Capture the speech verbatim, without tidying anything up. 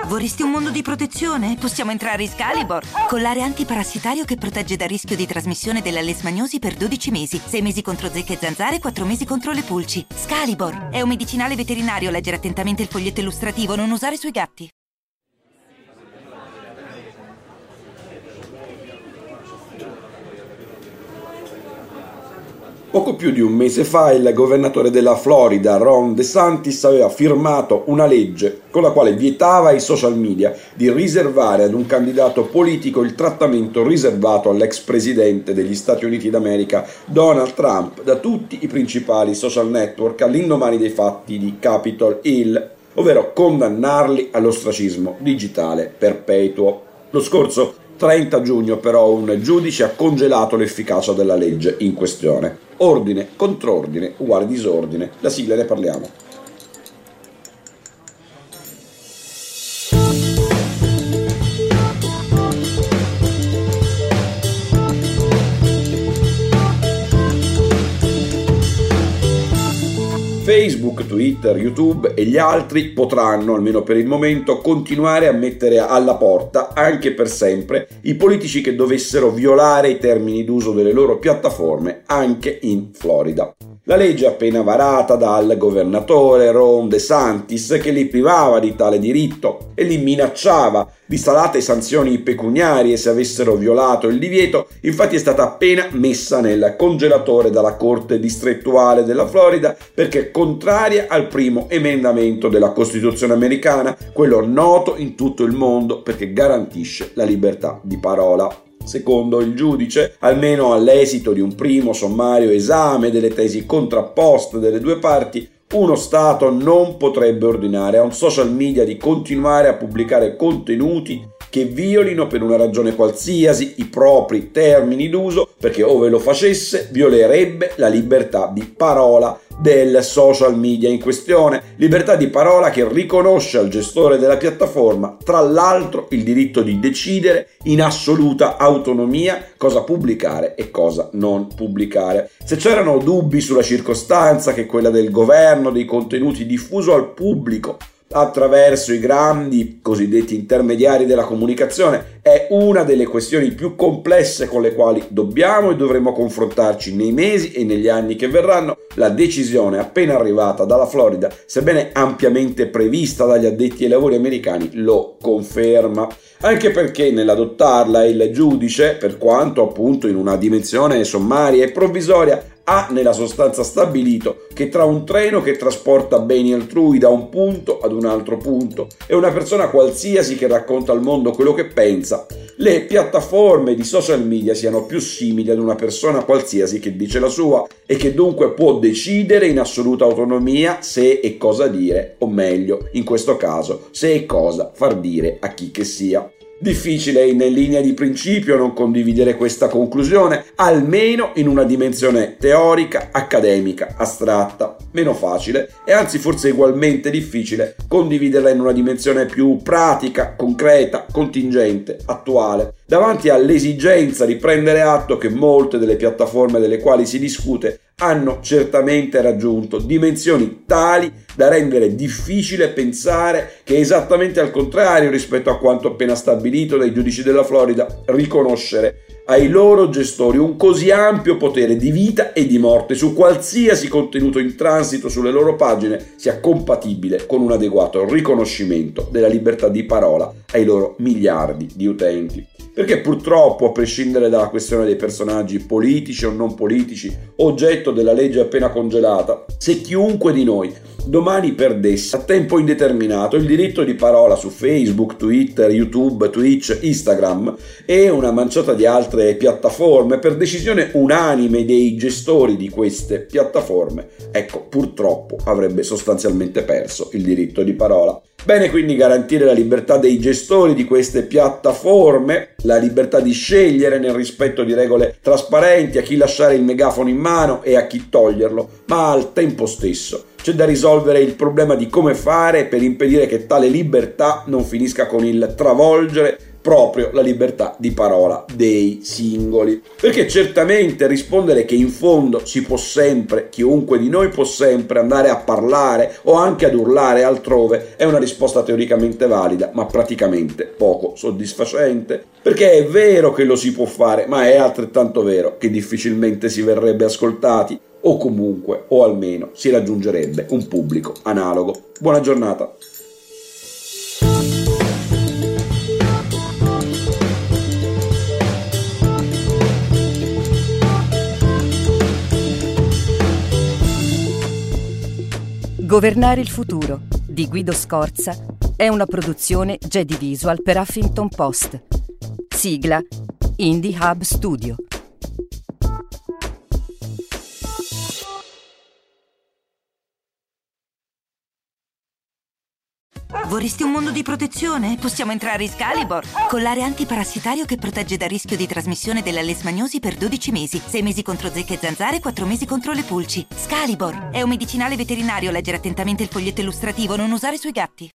Vorresti un mondo di protezione? Possiamo entrare in Scalibor. Collare antiparassitario che protegge dal rischio di trasmissione della lesmaniosi per dodici mesi. sei mesi contro zecche e zanzare, quattro mesi contro le pulci. Scalibor è un medicinale veterinario. Leggere attentamente il foglietto illustrativo. Non usare sui gatti. Poco più di un mese fa il governatore della Florida, Ron DeSantis, aveva firmato una legge con la quale vietava ai social media di riservare ad un candidato politico il trattamento riservato all'ex presidente degli Stati Uniti d'America, Donald Trump, da tutti i principali social network all'indomani dei fatti di Capitol Hill, ovvero condannarli all'ostracismo digitale perpetuo. Lo scorso trenta giugno però un giudice ha congelato l'efficacia della legge in questione. Ordine, contrordine, uguale disordine. La sigla ne parliamo. Facebook, Twitter, YouTube e gli altri potranno, almeno per il momento, continuare a mettere alla porta, anche per sempre, i politici che dovessero violare i termini d'uso delle loro piattaforme anche in Florida. La legge appena varata dal governatore Ron DeSantis, che li privava di tale diritto e li minacciava di salate sanzioni pecuniarie se avessero violato il divieto, infatti è stata appena messa nel congelatore dalla Corte distrettuale della Florida perché è contraria al primo emendamento della Costituzione americana, quello noto in tutto il mondo perché garantisce la libertà di parola. Secondo il giudice, almeno all'esito di un primo sommario esame delle tesi contrapposte delle due parti, uno Stato non potrebbe ordinare a un social media di continuare a pubblicare contenuti che violino per una ragione qualsiasi i propri termini d'uso, perché ove lo facesse violerebbe la libertà di parola del social media in questione, libertà di parola che riconosce al gestore della piattaforma tra l'altro il diritto di decidere in assoluta autonomia cosa pubblicare e cosa non pubblicare. Se c'erano dubbi sulla circostanza che quella del governo dei contenuti diffuso al pubblico attraverso i grandi cosiddetti intermediari della comunicazione è una delle questioni più complesse con le quali dobbiamo e dovremo confrontarci nei mesi e negli anni che verranno, la decisione appena arrivata dalla Florida, sebbene ampiamente prevista dagli addetti ai lavori americani, lo conferma. Anche perché nell'adottarla il giudice, per quanto appunto in una dimensione sommaria e provvisoria, ha nella sostanza stabilito che tra un treno che trasporta beni altrui da un punto ad un altro punto e una persona qualsiasi che racconta al mondo quello che pensa, le piattaforme di social media siano più simili ad una persona qualsiasi che dice la sua e che dunque può decidere in assoluta autonomia se e cosa dire, o meglio, in questo caso, se e cosa far dire a chi che sia. Difficile in linea di principio non condividere questa conclusione, almeno in una dimensione teorica, accademica, astratta. Meno facile, e anzi forse ugualmente difficile, condividerla in una dimensione più pratica, concreta, contingente, attuale. Davanti all'esigenza di prendere atto che molte delle piattaforme delle quali si discute hanno certamente raggiunto dimensioni tali da rendere difficile pensare che esattamente al contrario rispetto a quanto appena stabilito dai giudici della Florida, riconoscere ai loro gestori un così ampio potere di vita e di morte su qualsiasi contenuto in transito sulle loro pagine sia compatibile con un adeguato riconoscimento della libertà di parola ai loro miliardi di utenti. Perché purtroppo, a prescindere dalla questione dei personaggi politici o non politici, oggetto della legge appena congelata, se chiunque di noi domani perdesse a tempo indeterminato il diritto di parola su Facebook, Twitter, YouTube, Twitch, Instagram e una manciata di altre piattaforme per decisione unanime dei gestori di queste piattaforme, ecco, purtroppo avrebbe sostanzialmente perso il diritto di parola. Bene quindi garantire la libertà dei gestori di queste piattaforme, la libertà di scegliere nel rispetto di regole trasparenti a chi lasciare il megafono in mano e a chi toglierlo, ma al tempo stesso c'è da risolvere il problema di come fare per impedire che tale libertà non finisca con il travolgere proprio la libertà di parola dei singoli. Perché certamente rispondere che in fondo si può sempre, chiunque di noi può sempre andare a parlare o anche ad urlare altrove, è una risposta teoricamente valida, ma praticamente poco soddisfacente. Perché è vero che lo si può fare, ma è altrettanto vero che difficilmente si verrebbe ascoltati, o comunque, o almeno, si raggiungerebbe un pubblico analogo. Buona giornata. Governare il futuro di Guido Scorza è una produzione Jedi Visual per Huffington Post. Sigla Indie Hub Studio. Vorresti un mondo di protezione? Possiamo entrare in Scalibor. Collare antiparassitario che protegge dal rischio di trasmissione della lesmaniosi per dodici mesi. sei mesi contro zecche e zanzare, quattro mesi contro le pulci. Scalibor è un medicinale veterinario. Leggere attentamente il foglietto illustrativo, non usare sui gatti.